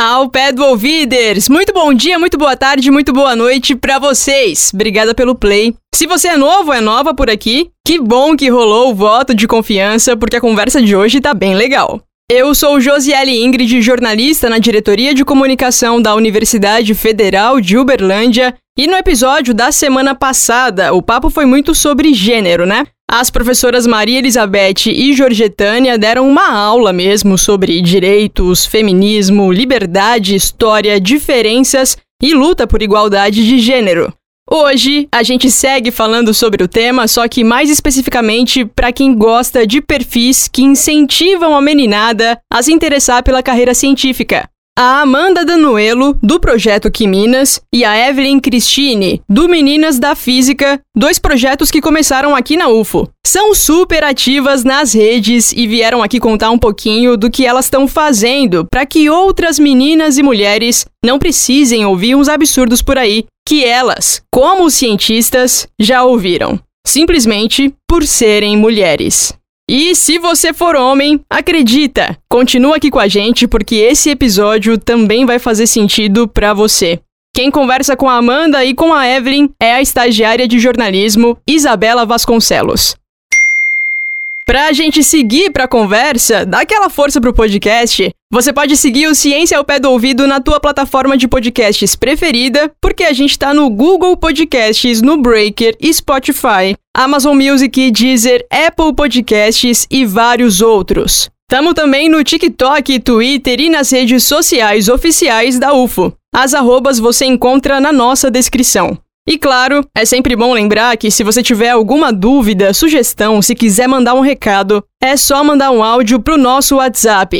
Ao pé do ouviders! Muito bom dia, muito boa tarde, muito boa noite pra vocês. Obrigada pelo play. Se você é novo, é nova por aqui, que bom que rolou o voto de confiança, porque a conversa de hoje tá bem legal. Eu sou Josiele Ingrid, jornalista na Diretoria de Comunicação da Universidade Federal de Uberlândia, e no episódio da semana passada, o papo foi muito sobre gênero, né? As professoras Maria Elizabeth e Georgetânia deram uma aula mesmo sobre direitos, feminismo, liberdade, história, diferenças e luta por igualdade de gênero. Hoje, a gente segue falando sobre o tema, só que mais especificamente para quem gosta de perfis que incentivam a meninada a se interessar pela carreira científica. A Amanda Danuelo, do Projeto Quiminas, e a Evelyn Cristine, do Meninas da Física, dois projetos que começaram aqui na UFO. São super ativas nas redes e vieram aqui contar um pouquinho do que elas estão fazendo para que outras meninas e mulheres não precisem ouvir uns absurdos por aí que elas, como cientistas, já ouviram, simplesmente por serem mulheres. E se você for homem, acredita, continua aqui com a gente porque esse episódio também vai fazer sentido pra você. Quem conversa com a Amanda e com a Evelyn é a estagiária de jornalismo Isabela Vasconcelos. Pra gente seguir pra conversa, dá aquela força pro podcast, você pode seguir o Ciência ao Pé do Ouvido na tua plataforma de podcasts preferida, porque a gente tá no Google Podcasts, no Breaker, Spotify, Amazon Music, Deezer, Apple Podcasts e vários outros. Tamo também no TikTok, Twitter e nas redes sociais oficiais da UFO. As arrobas você encontra na nossa descrição. E claro, é sempre bom lembrar que se você tiver alguma dúvida, sugestão, se quiser mandar um recado, é só mandar um áudio pro nosso WhatsApp,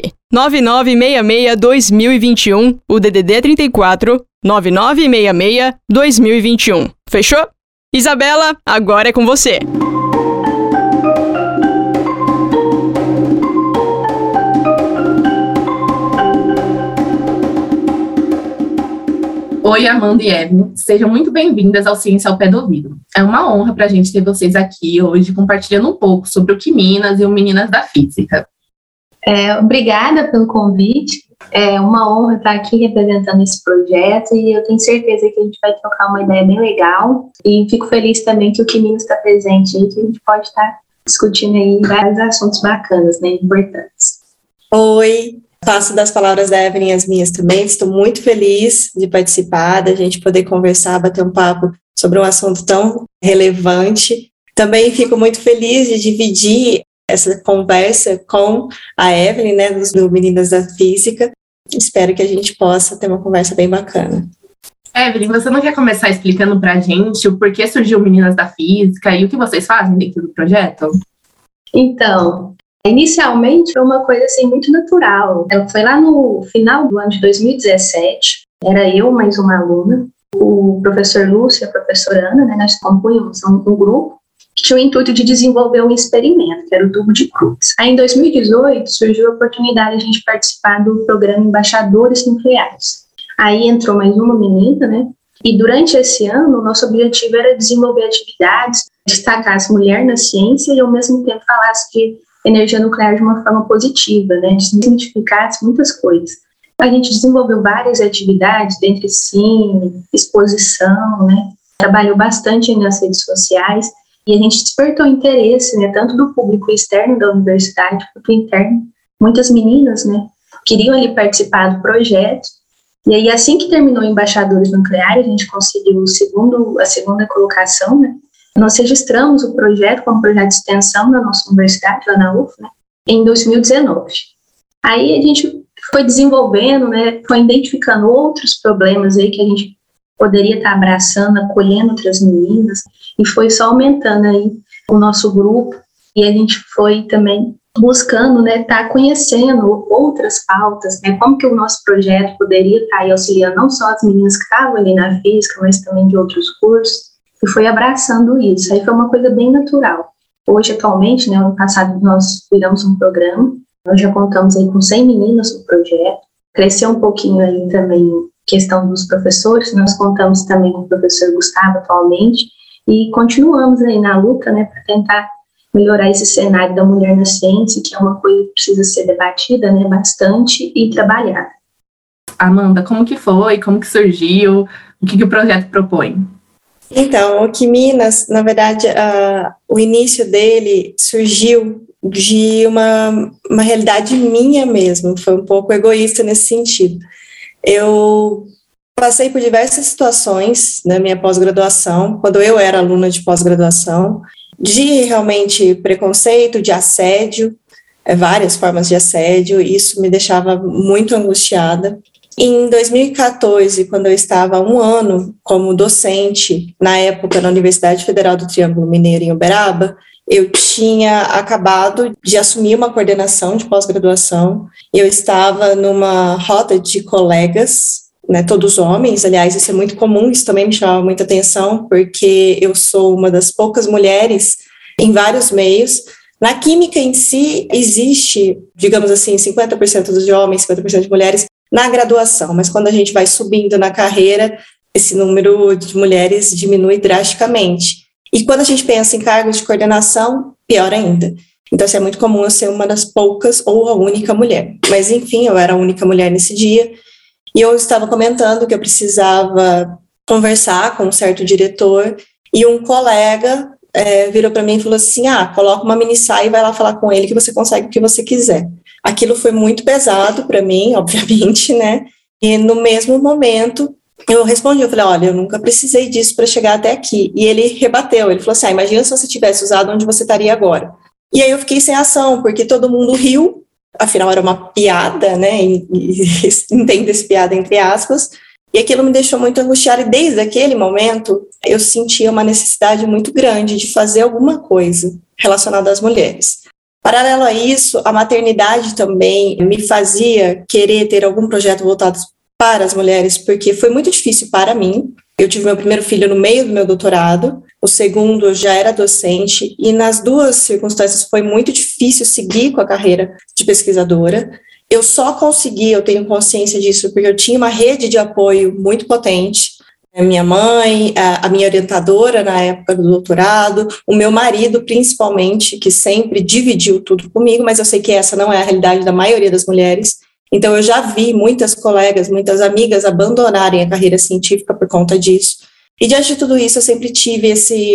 9966-2021, o DDD é 34, 9966-2021. Fechou? Isabela, agora é com você. Oi, Amanda e Evelyn, sejam muito bem-vindas ao Ciência ao Pé do Ouvido. É uma honra para a gente ter vocês aqui hoje compartilhando um pouco sobre o Quiminas e o Meninas da Física. Obrigada pelo convite, é uma honra estar aqui representando esse projeto e eu tenho certeza que a gente vai trocar uma ideia bem legal e fico feliz também que o Quiminas está presente e que a gente pode estar discutindo aí vários assuntos bacanas, né, importantes. Oi! Faço das palavras da Evelyn as minhas também, estou muito feliz de participar, da gente poder conversar, bater um papo sobre um assunto tão relevante. Também fico muito feliz de dividir essa conversa com a Evelyn, né, do Meninas da Física. Espero que a gente possa ter uma conversa bem bacana. Evelyn, você não quer começar explicando para a gente o porquê surgiu Meninas da Física e o que vocês fazem dentro do projeto? Então, inicialmente foi uma coisa assim muito natural. Ela foi lá no final do ano de 2017, era eu mais uma aluna, o professor Lúcio e a professora Ana, né, nós compunhamos um grupo que tinha o intuito de desenvolver um experimento, que era o tubo de Crookes. Aí em 2018 surgiu a oportunidade de a gente participar do programa Embaixadores Nucleares. Aí entrou mais uma menina, né? E durante esse ano, o nosso objetivo era desenvolver atividades, destacar as mulheres na ciência e ao mesmo tempo falasse de energia nuclear de uma forma positiva, né? Desmitificasse muitas coisas. A gente desenvolveu várias atividades, dentre cine, exposição, né? Trabalhou bastante nas redes sociais e a gente despertou interesse, né? Tanto do público externo da universidade quanto interno. Muitas meninas, né? Queriam ali participar do projeto. E aí, assim que terminou Embaixadores Nucleares, a gente conseguiu a segunda colocação, né? Nós registramos o projeto como projeto de extensão da nossa universidade, lá na UF, né, em 2019. Aí a gente foi desenvolvendo, né, foi identificando outros problemas aí que a gente poderia estar abraçando, acolhendo outras meninas, e foi só aumentando aí o nosso grupo, e a gente foi também buscando, né, estar conhecendo outras pautas, né, como que o nosso projeto poderia estar aí auxiliando não só as meninas que estavam ali na física, mas também de outros cursos, e foi abraçando isso. Aí foi uma coisa bem natural. Hoje, atualmente, né, ano passado nós viramos um programa, nós já contamos aí com 100 meninas no projeto, cresceu um pouquinho aí também questão dos professores, nós contamos também com o professor Gustavo atualmente, e continuamos aí na luta, né, para tentar melhorar esse cenário da mulher na ciência, que é uma coisa que precisa ser debatida, né, bastante e trabalhada. Amanda, como que foi? Como que surgiu? O que o projeto propõe? Então, o Quiminas, na verdade, o início dele surgiu de uma realidade minha mesmo, foi um pouco egoísta nesse sentido. Eu passei por diversas situações na minha pós-graduação, quando eu era aluna de pós-graduação, de realmente preconceito, de assédio, várias formas de assédio, e isso me deixava muito angustiada. Em 2014, quando eu estava há 1 ano como docente, na época na Universidade Federal do Triângulo Mineiro, em Uberaba, eu tinha acabado de assumir uma coordenação de pós-graduação. Eu estava numa roda de colegas, né, todos homens, aliás, isso é muito comum, isso também me chama muita atenção, porque eu sou uma das poucas mulheres em vários meios. Na química em si, existe, digamos assim, 50% dos homens, 50% de mulheres, na graduação, mas quando a gente vai subindo na carreira, esse número de mulheres diminui drasticamente. E quando a gente pensa em cargos de coordenação, pior ainda. Então, assim, é muito comum eu ser uma das poucas ou a única mulher. Mas, enfim, eu era a única mulher nesse dia, e eu estava comentando que eu precisava conversar com um certo diretor, e um colega virou para mim e falou assim, coloca uma mini saia e vai lá falar com ele que você consegue o que você quiser. Aquilo foi muito pesado para mim, obviamente, né? E no mesmo momento, eu respondi, eu falei, olha, eu nunca precisei disso para chegar até aqui. E ele rebateu, ele falou assim, imagina se você tivesse usado onde você estaria agora. E aí eu fiquei sem ação, porque todo mundo riu, afinal era uma piada, né? E entenda-se piada entre aspas. E aquilo me deixou muito angustiada, e desde aquele momento eu sentia uma necessidade muito grande de fazer alguma coisa relacionada às mulheres. Paralelo a isso, a maternidade também me fazia querer ter algum projeto voltado para as mulheres, porque foi muito difícil para mim. Eu tive meu primeiro filho no meio do meu doutorado, o segundo eu já era docente, e nas duas circunstâncias foi muito difícil seguir com a carreira de pesquisadora. Eu só consegui, eu tenho consciência disso, porque eu tinha uma rede de apoio muito potente. A minha mãe, a minha orientadora na época do doutorado, o meu marido principalmente, que sempre dividiu tudo comigo, mas eu sei que essa não é a realidade da maioria das mulheres. Então eu já vi muitas colegas, muitas amigas abandonarem a carreira científica por conta disso. E diante de tudo isso eu sempre tive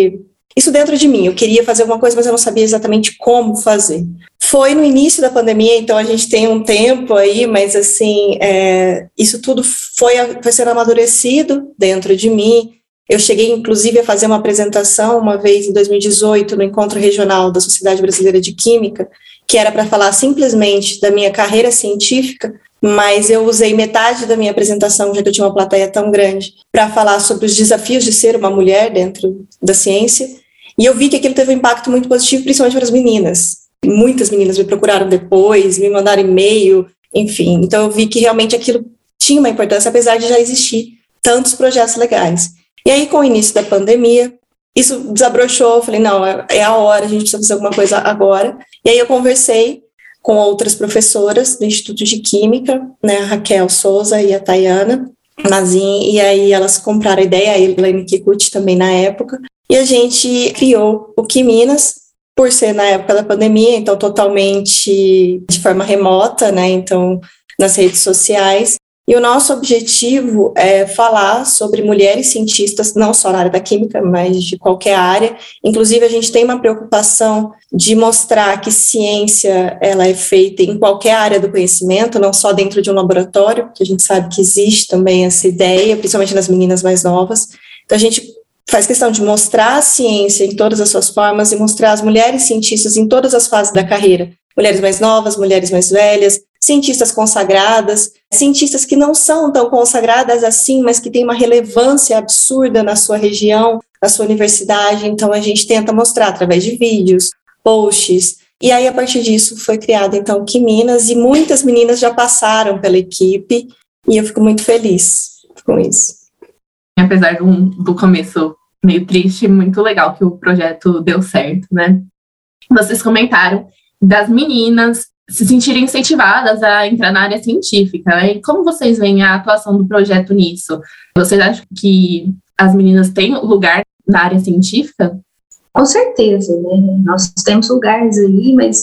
isso dentro de mim. Eu queria fazer alguma coisa, mas eu não sabia exatamente como fazer. Foi no início da pandemia, então a gente tem um tempo aí, mas assim, isso tudo foi sendo amadurecido dentro de mim. Eu cheguei, inclusive, a fazer uma apresentação uma vez em 2018, no encontro regional da Sociedade Brasileira de Química, que era para falar simplesmente da minha carreira científica, mas eu usei metade da minha apresentação, já que eu tinha uma plateia tão grande, para falar sobre os desafios de ser uma mulher dentro da ciência. E eu vi que aquilo teve um impacto muito positivo, principalmente para as meninas. Muitas meninas me procuraram depois, me mandaram e-mail, enfim. Então eu vi que realmente aquilo tinha uma importância, apesar de já existir tantos projetos legais. E aí, com o início da pandemia, isso desabrochou, eu falei, não, é a hora, a gente precisa fazer alguma coisa agora. E aí eu conversei com outras professoras do Instituto de Química, né, a Raquel Souza e a Tayana Mazin, e aí elas compraram a ideia, a Elaine Kikuchi também na época, e a gente criou o Quiminas, por ser na época da pandemia, então totalmente de forma remota, né, então nas redes sociais. E o nosso objetivo é falar sobre mulheres cientistas, não só na área da química, mas de qualquer área. Inclusive, a gente tem uma preocupação de mostrar que ciência ela é feita em qualquer área do conhecimento, não só dentro de um laboratório, que a gente sabe que existe também essa ideia, principalmente nas meninas mais novas. Então, a gente faz questão de mostrar a ciência em todas as suas formas e mostrar as mulheres cientistas em todas as fases da carreira. Mulheres mais novas, mulheres mais velhas, cientistas consagradas, cientistas que não são tão consagradas assim, mas que têm uma relevância absurda na sua região, na sua universidade. Então, a gente tenta mostrar através de vídeos, posts, e aí, a partir disso, foi criado, então, Quiminas, e muitas meninas já passaram pela equipe, e eu fico muito feliz com isso. Apesar do começo meio triste, muito legal que o projeto deu certo, né? Vocês comentaram das meninas se sentirem incentivadas a entrar na área científica, né? E como vocês veem a atuação do projeto nisso? Vocês acham que as meninas têm lugar na área científica? Com certeza, né? Nós temos lugares aí, mas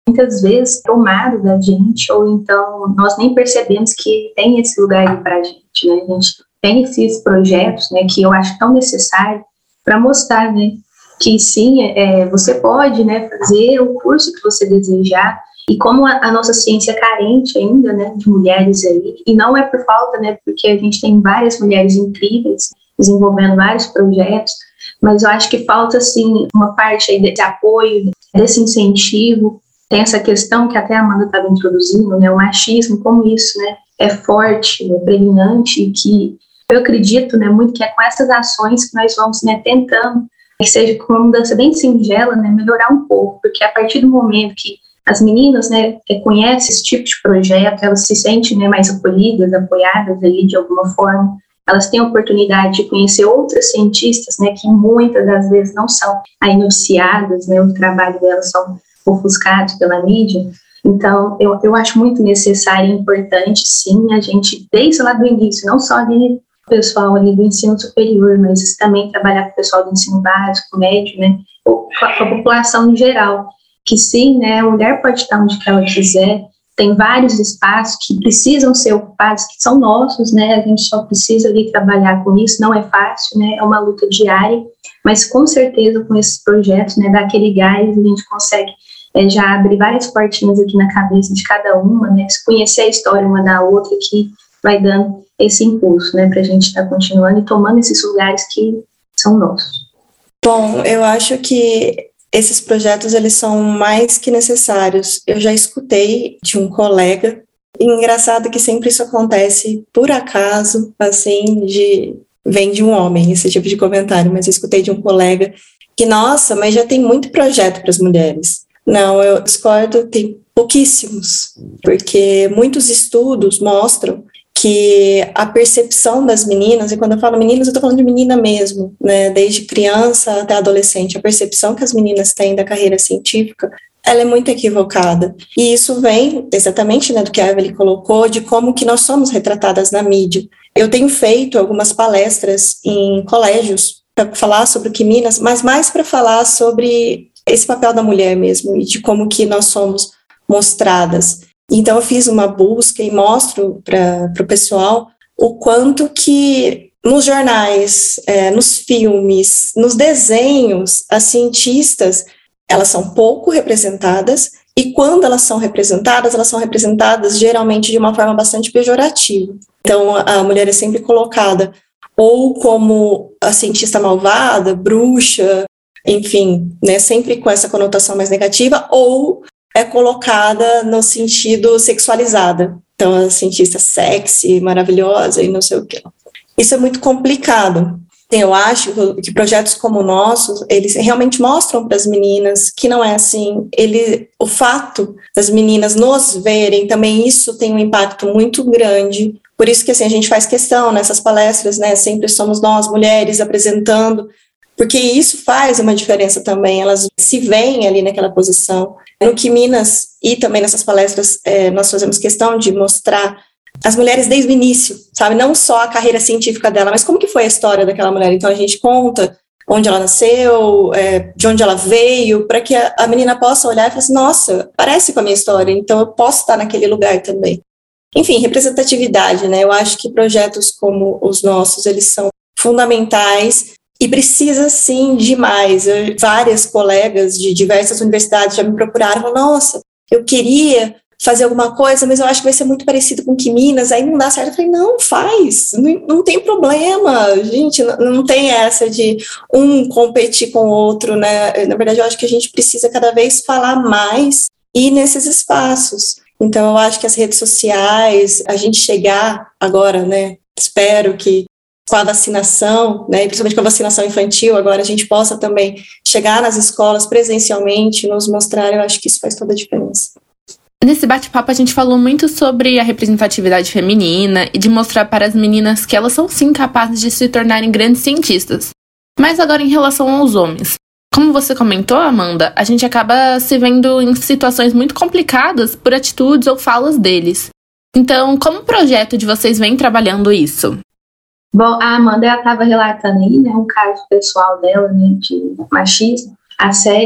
muitas vezes tomado da gente, ou então nós nem percebemos que tem esse lugar aí para a gente, né? A gente tem esses projetos, né, que eu acho tão necessário para mostrar, né, que sim, você pode, né, fazer o curso que você desejar, e como a nossa ciência é carente ainda, né, de mulheres aí, e não é por falta, né, porque a gente tem várias mulheres incríveis desenvolvendo vários projetos, mas eu acho que falta, assim, uma parte aí desse apoio, desse incentivo. Tem essa questão que até a Amanda estava introduzindo, né, o machismo, como isso, né, é forte, é pregnante, e que eu acredito, né, muito que é com essas ações que nós vamos, né, tentando que seja com uma mudança bem singela, né, melhorar um pouco, porque a partir do momento que as meninas, né, conhecem esse tipo de projeto, elas se sentem, né, mais acolhidas, apoiadas ali de alguma forma, elas têm a oportunidade de conhecer outras cientistas, né, que muitas das vezes não são aí noticiadas, né, o trabalho delas são ofuscados pela mídia. Então, eu acho muito necessário e importante, sim, a gente, desde lá do início, não só ali o pessoal ali do ensino superior, mas também trabalhar com o pessoal do ensino básico, médio, né, ou com a população em geral, que sim, né, a mulher pode estar onde ela quiser, tem vários espaços que precisam ser ocupados, que são nossos, né, a gente só precisa ali trabalhar com isso, não é fácil, né, é uma luta diária, mas com certeza com esses projetos, né, dá aquele gás, a gente consegue já abrir várias portinhas aqui na cabeça de cada uma, né, se conhecer a história uma da outra, que vai dando esse impulso, né, para a gente estar continuando e tomando esses lugares que são nossos. Bom, eu acho que esses projetos, eles são mais que necessários. Eu já escutei de um colega, e engraçado que sempre isso acontece por acaso, assim, vem de um homem, esse tipo de comentário, mas eu escutei de um colega que, nossa, mas já tem muito projeto para as mulheres. Não, eu discordo, tem pouquíssimos, porque muitos estudos mostram que a percepção das meninas, e quando eu falo meninas, eu estou falando de menina mesmo, né, desde criança até adolescente, a percepção que as meninas têm da carreira científica, ela é muito equivocada. E isso vem exatamente, né, do que a Evelyn colocou, de como que nós somos retratadas na mídia. Eu tenho feito algumas palestras em colégios para falar sobre o que Minas, mas mais para falar sobre esse papel da mulher mesmo, e de como que nós somos mostradas. Então, eu fiz uma busca e mostro para o pessoal o quanto que nos jornais, nos filmes, nos desenhos, as cientistas, elas são pouco representadas, e quando elas são representadas geralmente de uma forma bastante pejorativa. Então, a mulher é sempre colocada ou como a cientista malvada, bruxa, enfim, né, sempre com essa conotação mais negativa, ou é colocada no sentido sexualizada. Então, a cientista sexy, maravilhosa e não sei o quê. Isso é muito complicado. Eu acho que projetos como o nosso, eles realmente mostram para as meninas que não é assim. O fato das meninas nos verem, também isso tem um impacto muito grande. Por isso que assim, a gente faz questão nessas palestras, né? Sempre somos nós, mulheres, apresentando, porque isso faz uma diferença também. Elas se veem ali naquela posição. No que Minas, e também nessas palestras, nós fazemos questão de mostrar as mulheres desde o início, sabe? Não só a carreira científica dela, mas como que foi a história daquela mulher. Então, a gente conta onde ela nasceu, de onde ela veio, para que a menina possa olhar e falar assim, nossa, parece com a minha história, então eu posso estar naquele lugar também. Enfim, representatividade, né? Eu acho que projetos como os nossos, eles são fundamentais. E precisa, sim, demais. Várias colegas de diversas universidades já me procuraram e falaram, nossa, eu queria fazer alguma coisa, mas eu acho que vai ser muito parecido com que Minas, aí não dá certo. Eu falei, não, faz, não tem problema, gente, não tem essa de um competir com o outro, né? Na verdade, eu acho que a gente precisa cada vez falar mais e ir nesses espaços. Então, eu acho que as redes sociais, a gente chegar agora, né, espero que com a vacinação, né, principalmente com a vacinação infantil, agora a gente possa também chegar nas escolas presencialmente, nos mostrar, eu acho que isso faz toda a diferença. Nesse bate-papo a gente falou muito sobre a representatividade feminina e de mostrar para as meninas que elas são sim capazes de se tornarem grandes cientistas. Mas agora em relação aos homens. Como você comentou, Amanda, a gente acaba se vendo em situações muito complicadas por atitudes ou falas deles. Então, como o projeto de vocês vem trabalhando isso? Bom, a Amanda estava relatando aí, né, um caso pessoal dela, né, de machismo, assédio,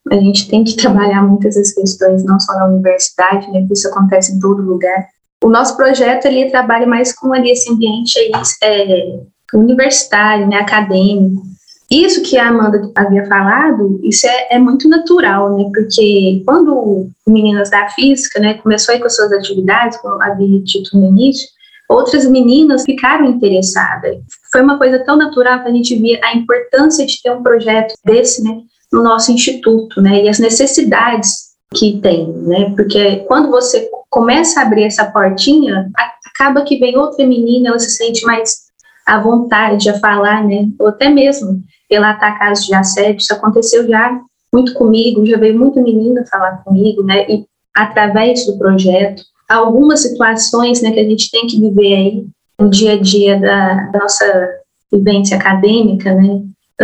A gente tem que trabalhar muitas essas questões, não só na universidade, né, isso acontece em todo lugar. O nosso projeto, ele trabalha mais com ali, esse ambiente aí, universitário, né, acadêmico. Isso que a Amanda havia falado, isso é muito natural, né, porque quando Meninas da Física, né, começou aí com as suas atividades, como havia dito no início, outras meninas ficaram interessadas. Foi uma coisa tão natural que a gente via a importância de ter um projeto desse, né, no nosso instituto, né, e as necessidades que tem, né, porque quando você começa a abrir essa portinha, acaba que vem outra menina, ela se sente mais à vontade a falar, né, ou até mesmo relatar casos de assédio. Isso aconteceu já muito comigo, já veio muita menina falar comigo, né, e através do projeto, algumas situações, né, que a gente tem que viver aí no dia a dia da nossa vivência acadêmica, né,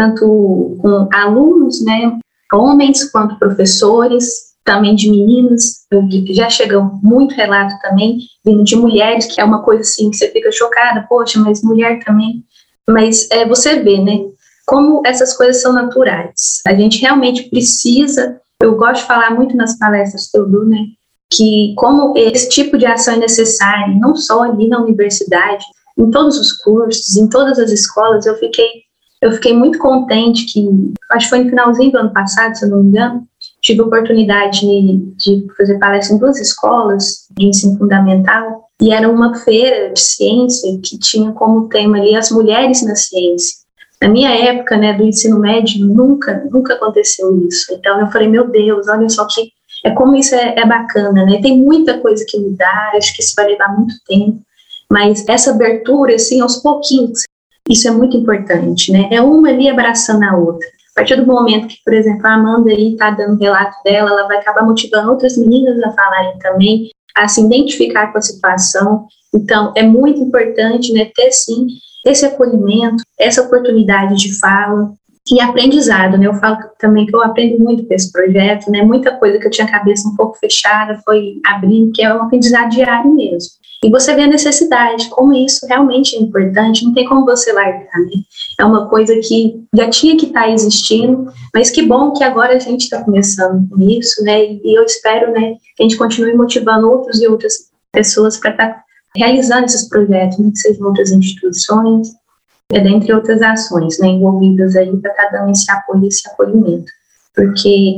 tanto com alunos, né, homens quanto professores, também de meninas. Já chegou muito relato também, vindo de mulheres, que é uma coisa assim que você fica chocada, poxa, mas mulher também. Mas você vê, né, como essas coisas são naturais. A gente realmente precisa, eu gosto de falar muito nas palestras que eu dou, né, que como esse tipo de ação é necessário, não só ali na universidade, em todos os cursos, em todas as escolas. Eu fiquei muito contente que, acho que foi no finalzinho do ano passado, se eu não me engano, tive a oportunidade de fazer palestra em 2 escolas de ensino fundamental, e era uma feira de ciência que tinha como tema ali as mulheres na ciência. Na minha época, né, do ensino médio, nunca aconteceu isso. Então eu falei, meu Deus, olha só que como isso é bacana, né? Tem muita coisa que mudar, acho que isso vai levar muito tempo, mas essa abertura, assim, aos pouquinhos, isso é muito importante, né? É uma ali abraçando a outra. A partir do momento que, por exemplo, a Amanda aí está dando relato dela, ela vai acabar motivando outras meninas a falarem também, a se identificar com a situação. Então, é muito importante, né, ter, sim, esse acolhimento, essa oportunidade de fala e aprendizado, né? Eu falo também que eu aprendo muito com esse projeto, né? Muita coisa que eu tinha a cabeça um pouco fechada foi abrindo, que é um aprendizado diário mesmo. E você vê a necessidade, como isso realmente é importante, não tem como você largar, né? É uma coisa que já tinha que estar existindo, mas que bom que agora a gente está começando com isso, né? E eu espero, né, que a gente continue motivando outros e outras pessoas para estar realizando esses projetos, né, que sejam outras instituições, dentre outras ações, né, envolvidas aí para estar dando esse apoio, esse acolhimento. Porque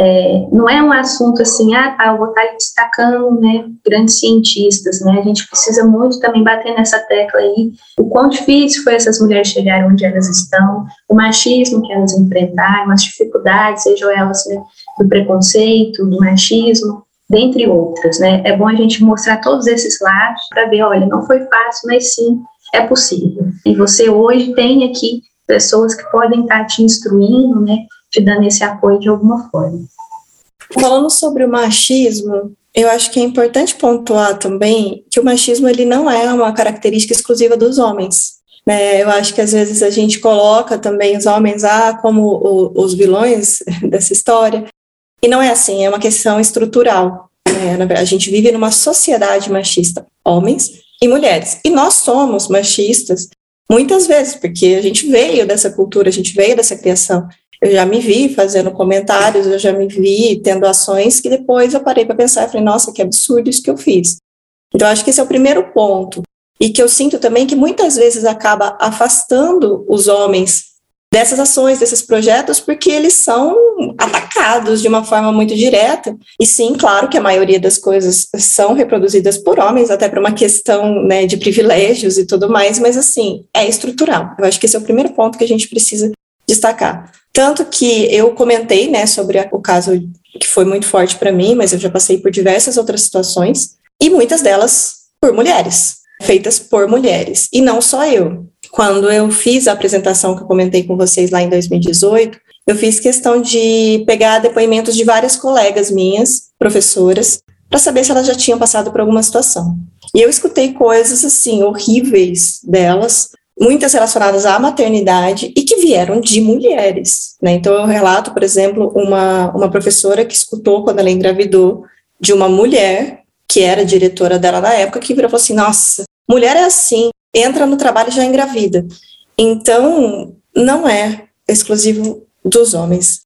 não é um assunto assim, eu vou estar destacando, né, grandes cientistas, né, a gente precisa muito também bater nessa tecla aí, o quão difícil foi essas mulheres chegarem onde elas estão, o machismo que elas enfrentaram, as dificuldades, sejam elas, né, do preconceito, do machismo, dentre outras, né. É bom a gente mostrar todos esses lados para ver, olha, não foi fácil, mas sim, é possível. E você hoje tem aqui pessoas que podem estar te instruindo, né, te dando esse apoio de alguma forma. Falando sobre o machismo, eu acho que é importante pontuar também que o machismo ele não é uma característica exclusiva dos homens, né? Eu acho que às vezes a gente coloca também os homens como os vilões dessa história, e não é assim, é uma questão estrutural, né? A gente vive numa sociedade machista, homens e mulheres, e nós somos machistas muitas vezes, porque a gente veio dessa cultura, a gente veio dessa criação. Eu já me vi fazendo comentários, eu já me vi tendo ações que depois eu parei para pensar e falei, nossa, que absurdo isso que eu fiz. Então, acho que esse é o primeiro ponto. E que eu sinto também que muitas vezes acaba afastando os homens dessas ações, desses projetos, porque eles são atacados de uma forma muito direta. E sim, claro que a maioria das coisas são reproduzidas por homens, até por uma questão, né, de privilégios e tudo mais, mas assim, é estrutural. Eu acho que esse é o primeiro ponto que a gente precisa destacar. Tanto que eu comentei, né, sobre o caso que foi muito forte para mim, mas eu já passei por diversas outras situações, e muitas delas por mulheres, feitas por mulheres, e não só eu. Quando eu fiz a apresentação que eu comentei com vocês lá em 2018, eu fiz questão de pegar depoimentos de várias colegas minhas, professoras, para saber se elas já tinham passado por alguma situação. E eu escutei coisas, assim, horríveis delas, muitas relacionadas à maternidade e que vieram de mulheres, né? Então, eu relato, por exemplo, uma professora que escutou quando ela engravidou de uma mulher, que era diretora dela na época, que virou e falou assim, nossa, mulher é assim, entra no trabalho e já engravida. Então, não é exclusivo dos homens.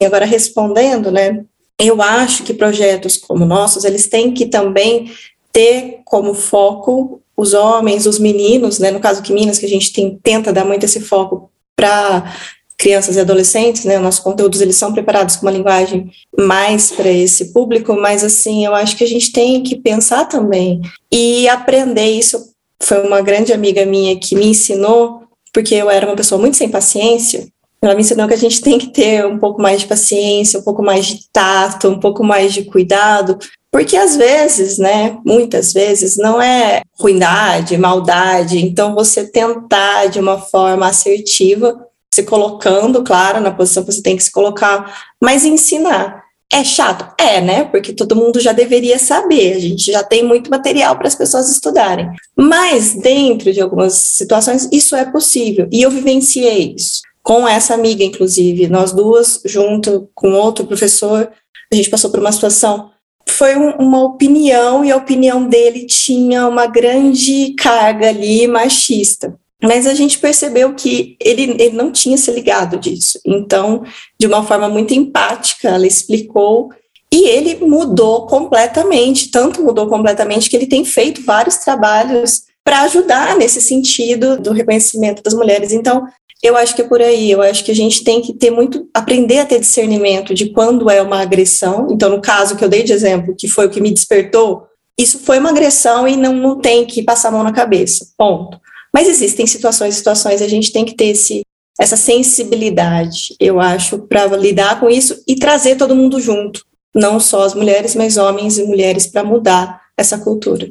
Agora, respondendo, né, eu acho que projetos como nossos, eles têm que também ter como foco os homens, os meninos, né, no caso que Minas, que a gente tenta dar muito esse foco para crianças e adolescentes, né, nossos conteúdos, eles são preparados com uma linguagem mais para esse público, mas, assim, eu acho que a gente tem que pensar também e aprender isso. Foi uma grande amiga minha que me ensinou, porque eu era uma pessoa muito sem paciência. Ela me ensinou que a gente tem que ter um pouco mais de paciência, um pouco mais de tato, um pouco mais de cuidado, porque às vezes, né, muitas vezes, não é ruindade, maldade, então você tentar de uma forma assertiva, se colocando, claro, na posição que você tem que se colocar, mas ensinar. É chato? É, né, porque todo mundo já deveria saber, a gente já tem muito material para as pessoas estudarem, mas dentro de algumas situações isso é possível, e eu vivenciei isso. Com essa amiga, inclusive, nós duas, junto com outro professor, a gente passou por uma situação, foi uma opinião, e a opinião dele tinha uma grande carga ali machista, mas a gente percebeu que ele não tinha se ligado disso, então, de uma forma muito empática, ela explicou, e ele mudou completamente, tanto mudou completamente que ele tem feito vários trabalhos para ajudar nesse sentido do reconhecimento das mulheres, então, eu acho que é por aí, eu acho que a gente tem que aprender a ter discernimento de quando é uma agressão. Então, no caso que eu dei de exemplo, que foi o que me despertou, isso foi uma agressão e não tem que passar a mão na cabeça, ponto. Mas existem situações, e a gente tem que ter essa sensibilidade, eu acho, para lidar com isso e trazer todo mundo junto, não só as mulheres, mas homens e mulheres, para mudar essa cultura.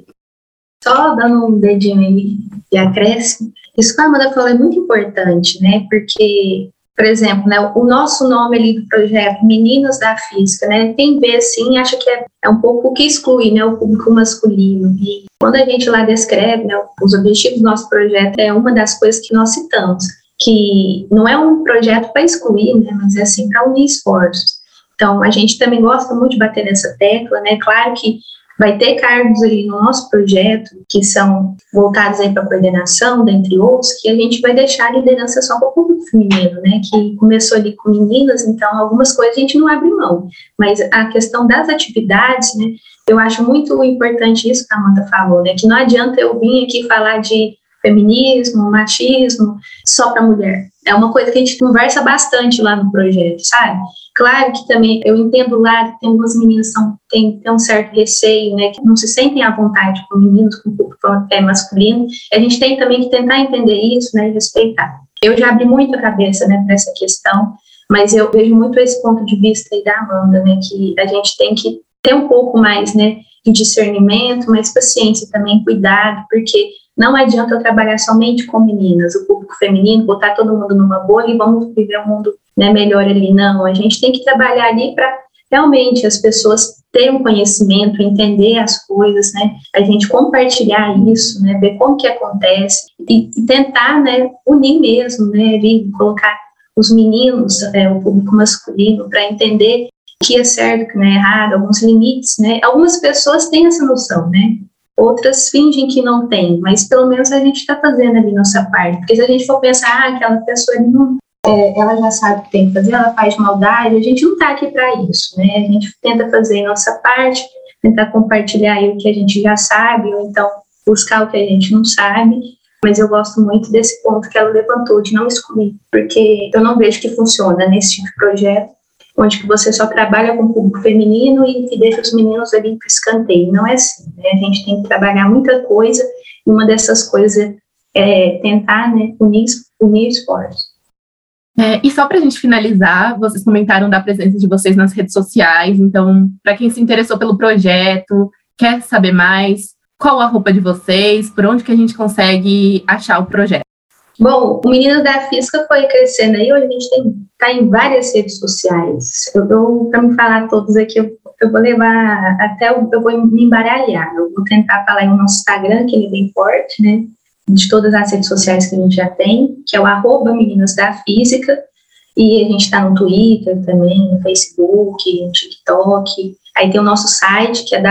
Só dando um dedinho aí de acréscimo, isso que a Amanda falou é muito importante, né? Porque, por exemplo, né, o nosso nome ali do projeto, Meninas da Física, né? Quem vê assim acha que é um pouco o que exclui, né, o público masculino. E quando a gente lá descreve, né, os objetivos do nosso projeto, é uma das coisas que nós citamos, que não é um projeto para excluir, né, mas é assim para unir esforços. Então, a gente também gosta muito de bater nessa tecla, né? Claro que vai ter cargos ali no nosso projeto que são voltados aí para coordenação, dentre outros, que a gente vai deixar a liderança só para o público feminino, né? Que começou ali com meninas, então algumas coisas a gente não abre mão. Mas a questão das atividades, né? Eu acho muito importante isso que a Amanda falou, né? Que não adianta eu vir aqui falar de feminismo, machismo, só para mulher. É uma coisa que a gente conversa bastante lá no projeto, sabe? Claro que também eu entendo lá que tem algumas meninas que têm um certo receio, né, que não se sentem à vontade com meninos, com o público masculino. A gente tem também que tentar entender isso, né, e respeitar. Eu já abri muito a cabeça, né, para essa questão, mas eu vejo muito esse ponto de vista aí da Amanda, né, que a gente tem que ter um pouco mais, né, de discernimento, mais paciência também, cuidado, porque não adianta eu trabalhar somente com meninas, o público feminino, botar todo mundo numa bolha e vamos viver um mundo, né, melhor ali. Não, a gente tem que trabalhar ali para realmente as pessoas terem um conhecimento, entender as coisas, né, a gente compartilhar isso, né, ver como que acontece e tentar, né, unir mesmo, né, ali, colocar os meninos, o público masculino, para entender o que é certo, o que não é errado, alguns limites, né. Algumas pessoas têm essa noção, né, outras fingem que não tem, mas pelo menos a gente está fazendo ali nossa parte, porque se a gente for pensar, aquela pessoa ali não, ela já sabe o que tem que fazer, ela faz maldade, a gente não está aqui para isso, né, a gente tenta fazer nossa parte, tentar compartilhar aí o que a gente já sabe, ou então buscar o que a gente não sabe, mas eu gosto muito desse ponto que ela levantou, de não excluir, porque eu não vejo que funciona nesse tipo de projeto, onde que você só trabalha com o público feminino e deixa os meninos ali para escanteio. Não é assim, né? A gente tem que trabalhar muita coisa, e uma dessas coisas é tentar, né, unir esforços. E só para a gente finalizar, vocês comentaram da presença de vocês nas redes sociais, então, para quem se interessou pelo projeto, quer saber mais, qual a roupa de vocês, por onde que a gente consegue achar o projeto? Bom, o Meninas da Física foi crescendo aí, hoje a gente está em várias redes sociais. Para me falar todos aqui, eu vou levar eu vou me embaralhar. Eu vou tentar falar em nosso Instagram, que ele é bem forte, né? De todas as redes sociais que a gente já tem, que é o @Meninas da Física, e a gente está no Twitter também, no Facebook, no TikTok. Aí tem o nosso site, que é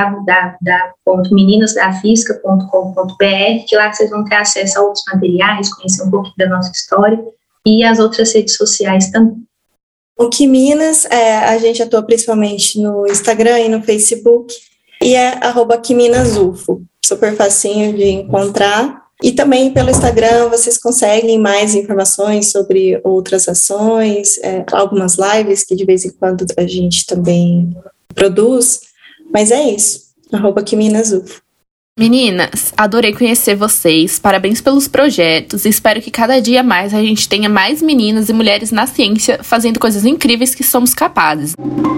www.meninasdafisica.com.br, que lá vocês vão ter acesso a outros materiais, conhecer um pouquinho da nossa história, e as outras redes sociais também. O Quiminas, a gente atua principalmente no Instagram e no Facebook, e é @QuiminasUFO, super facinho de encontrar. E também pelo Instagram vocês conseguem mais informações sobre outras ações, algumas lives que de vez em quando a gente também produz, mas é isso, @QuiminasUFO. Meninas, adorei conhecer vocês, parabéns pelos projetos, espero que cada dia mais a gente tenha mais meninas e mulheres na ciência fazendo coisas incríveis que somos capazes.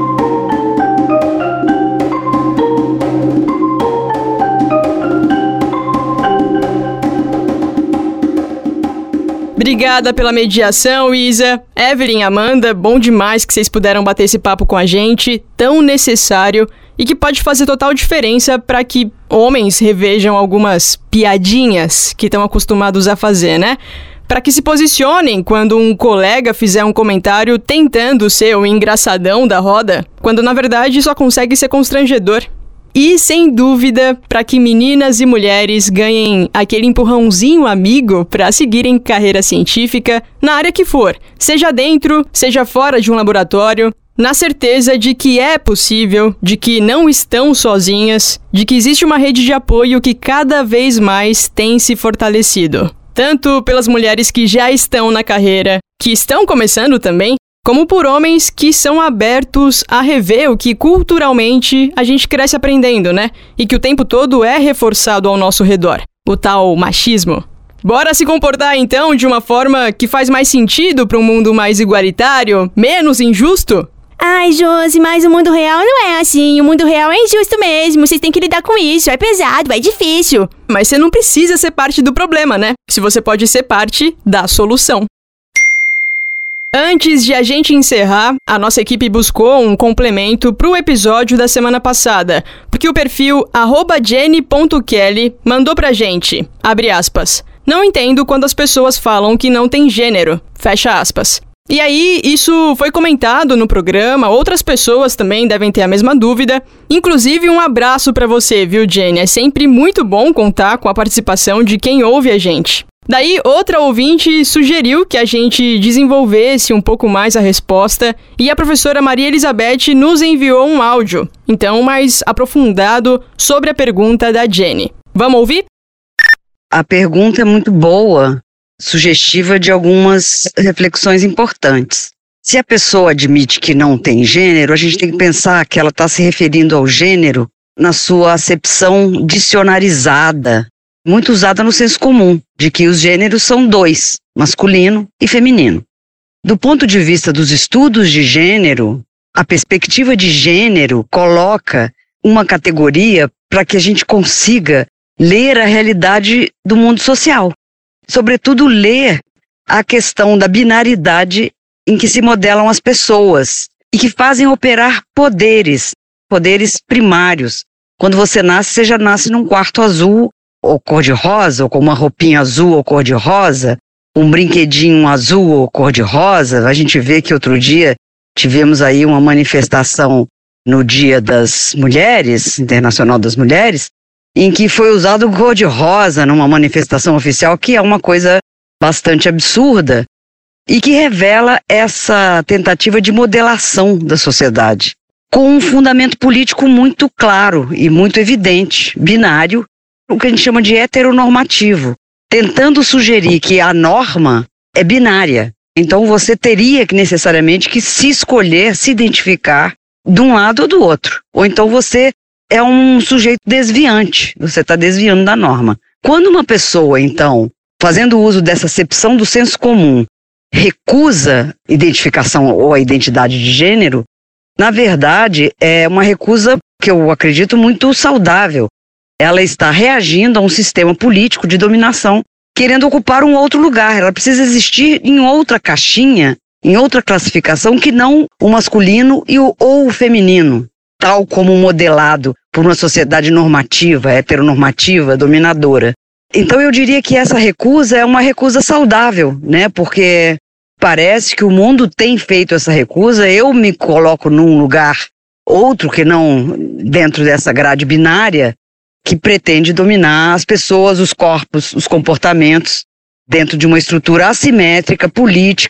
Obrigada pela mediação, Isa. Evelyn, Amanda, bom demais que vocês puderam bater esse papo com a gente, tão necessário e que pode fazer total diferença para que homens revejam algumas piadinhas que estão acostumados a fazer, né? Para que se posicionem quando um colega fizer um comentário tentando ser o engraçadão da roda, quando na verdade só consegue ser constrangedor. E, sem dúvida, para que meninas e mulheres ganhem aquele empurrãozinho amigo para seguirem carreira científica na área que for, seja dentro, seja fora de um laboratório, na certeza de que é possível, de que não estão sozinhas, de que existe uma rede de apoio que cada vez mais tem se fortalecido. Tanto pelas mulheres que já estão na carreira, que estão começando também, como por homens que são abertos a rever o que culturalmente a gente cresce aprendendo, né? E que o tempo todo é reforçado ao nosso redor. O tal machismo. Bora se comportar então de uma forma que faz mais sentido para um mundo mais igualitário, menos injusto? Ai, Josi, mas o mundo real não é assim. O mundo real é injusto mesmo. Vocês têm que lidar com isso. É pesado, é difícil. Mas você não precisa ser parte do problema, né? Se você pode ser parte da solução. Antes de a gente encerrar, a nossa equipe buscou um complemento para o episódio da semana passada, porque o perfil @jenny.kelly mandou pra gente, abre aspas, não entendo quando as pessoas falam que não tem gênero, fecha aspas. E aí, isso foi comentado no programa, outras pessoas também devem ter a mesma dúvida. Inclusive, um abraço para você, viu, Jenny? É sempre muito bom contar com a participação de quem ouve a gente. Daí, outra ouvinte sugeriu que a gente desenvolvesse um pouco mais a resposta e a professora Maria Elizabeth nos enviou um áudio, então mais aprofundado sobre a pergunta da Jenny. Vamos ouvir? A pergunta é muito boa, sugestiva de algumas reflexões importantes. Se a pessoa admite que não tem gênero, a gente tem que pensar que ela está se referindo ao gênero na sua acepção dicionarizada, muito usada no senso comum, de que os gêneros são dois, masculino e feminino. Do ponto de vista dos estudos de gênero, a perspectiva de gênero coloca uma categoria para que a gente consiga ler a realidade do mundo social. Sobretudo, ler a questão da binaridade em que se modelam as pessoas e que fazem operar poderes primários. Quando você nasce, você já nasce num quarto azul ou cor-de-rosa, ou com uma roupinha azul ou cor-de-rosa, um brinquedinho azul ou cor-de-rosa. A gente vê que outro dia tivemos aí uma manifestação no Dia das Mulheres, Internacional das Mulheres, em que foi usado o cor-de-rosa numa manifestação oficial, que é uma coisa bastante absurda e que revela essa tentativa de modelação da sociedade, com um fundamento político muito claro e muito evidente, binário, o que a gente chama de heteronormativo, tentando sugerir que a norma é binária. Então você teria que necessariamente que se escolher, se identificar de um lado ou do outro. Ou então você é um sujeito desviante, você está desviando da norma. Quando uma pessoa, então, fazendo uso dessa acepção do senso comum, recusa identificação ou a identidade de gênero, na verdade é uma recusa que eu acredito muito saudável. Ela está reagindo a um sistema político de dominação, querendo ocupar um outro lugar. Ela precisa existir em outra caixinha, em outra classificação que não o masculino ou o feminino, tal como modelado por uma sociedade normativa, heteronormativa, dominadora. Então eu diria que essa recusa é uma recusa saudável, né? Porque parece que o mundo tem feito essa recusa. Eu me coloco num lugar outro que não dentro dessa grade binária, que pretende dominar as pessoas, os corpos, os comportamentos, dentro de uma estrutura assimétrica, política,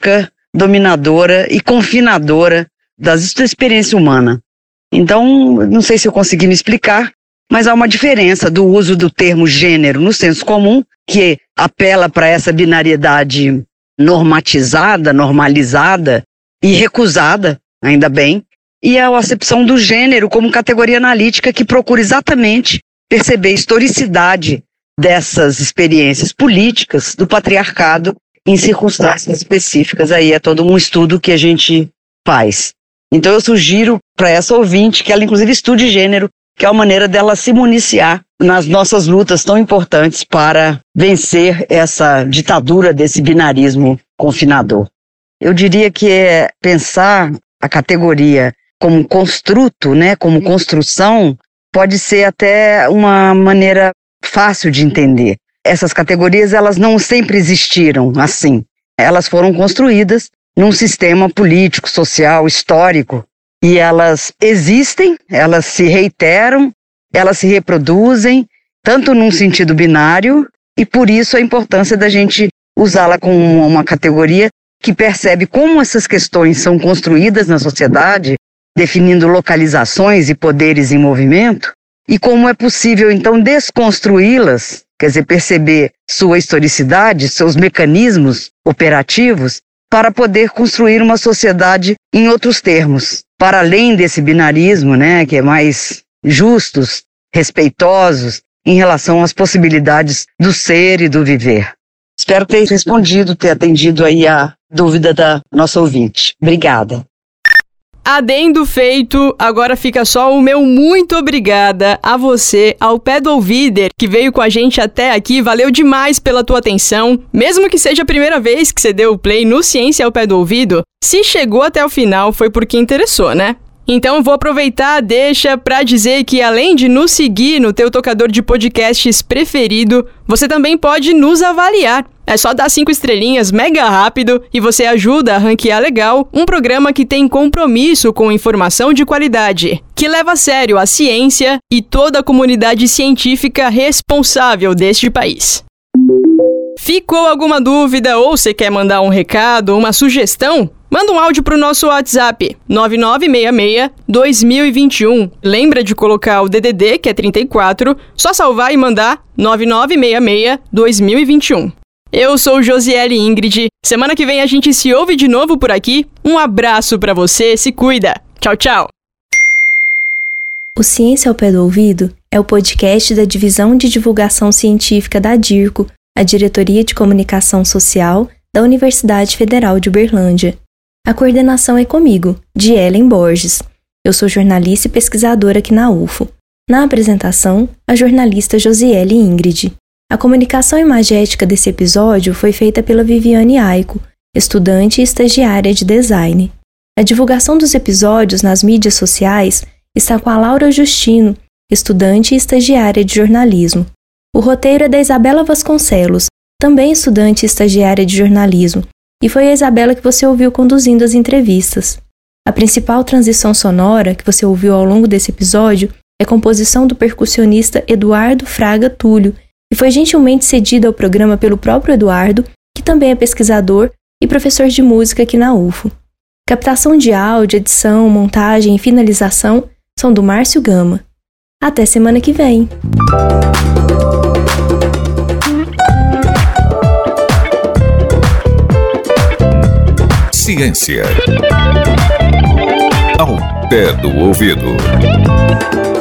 dominadora e confinadora da experiência humana. Então, não sei se eu consegui me explicar, mas há uma diferença do uso do termo gênero no senso comum, que apela para essa binariedade normatizada, normalizada e recusada, ainda bem, e a acepção do gênero como categoria analítica que procura exatamente perceber a historicidade dessas experiências políticas do patriarcado em circunstâncias específicas. Aí é todo um estudo que a gente faz. Então eu sugiro para essa ouvinte que ela inclusive estude gênero, que é uma maneira dela se municiar nas nossas lutas tão importantes para vencer essa ditadura desse binarismo confinador. Eu diria que pensar a categoria como construto, né, como construção, pode ser até uma maneira fácil de entender. Essas categorias, elas não sempre existiram assim. Elas foram construídas num sistema político, social, histórico, e elas existem, elas se reiteram, elas se reproduzem, tanto num sentido binário, e por isso a importância da gente usá-la como uma categoria que percebe como essas questões são construídas na sociedade, definindo localizações e poderes em movimento, e como é possível, então, desconstruí-las, quer dizer, perceber sua historicidade, seus mecanismos operativos, para poder construir uma sociedade em outros termos, para além desse binarismo, né, que é mais justos, respeitosos, em relação às possibilidades do ser e do viver. Espero ter respondido, ter atendido aí a dúvida da nossa ouvinte. Obrigada. Adendo feito, agora fica só o meu muito obrigada a você, ao pé do ouvider, que veio com a gente até aqui. Valeu demais pela tua atenção. Mesmo que seja a primeira vez que você deu o play no Ciência ao Pé do Ouvido, se chegou até o final foi porque interessou, né? Então eu vou aproveitar a deixa para dizer que além de nos seguir no teu tocador de podcasts preferido, você também pode nos avaliar. É só dar 5 estrelinhas mega rápido e você ajuda a ranquear legal um programa que tem compromisso com informação de qualidade, que leva a sério a ciência e toda a comunidade científica responsável deste país. Ficou alguma dúvida ou você quer mandar um recado, uma sugestão? Manda um áudio pro nosso WhatsApp, 9966-2021. Lembra de colocar o DDD, que é 34, só salvar e mandar 9966-2021. Eu sou Josiele Ingrid. Semana que vem a gente se ouve de novo por aqui. Um abraço pra você, se cuida. Tchau, tchau. O Ciência ao Pé do Ouvido é o podcast da Divisão de Divulgação Científica da DIRCO, a Diretoria de Comunicação Social da Universidade Federal de Uberlândia. A coordenação é comigo, de Ellen Borges. Eu sou jornalista e pesquisadora aqui na UFO. Na apresentação, a jornalista Josiele Ingrid. A comunicação imagética desse episódio foi feita pela Viviane Aico, estudante e estagiária de design. A divulgação dos episódios nas mídias sociais está com a Laura Justino, estudante e estagiária de jornalismo. O roteiro é da Isabela Vasconcelos, também estudante e estagiária de jornalismo, e foi a Isabela que você ouviu conduzindo as entrevistas. A principal transição sonora que você ouviu ao longo desse episódio é composição do percussionista Eduardo Fraga Túlio, e foi gentilmente cedida ao programa pelo próprio Eduardo, que também é pesquisador e professor de música aqui na UFO. Captação de áudio, edição, montagem e finalização são do Márcio Gama. Até semana que vem! Ciência ao pé do ouvido.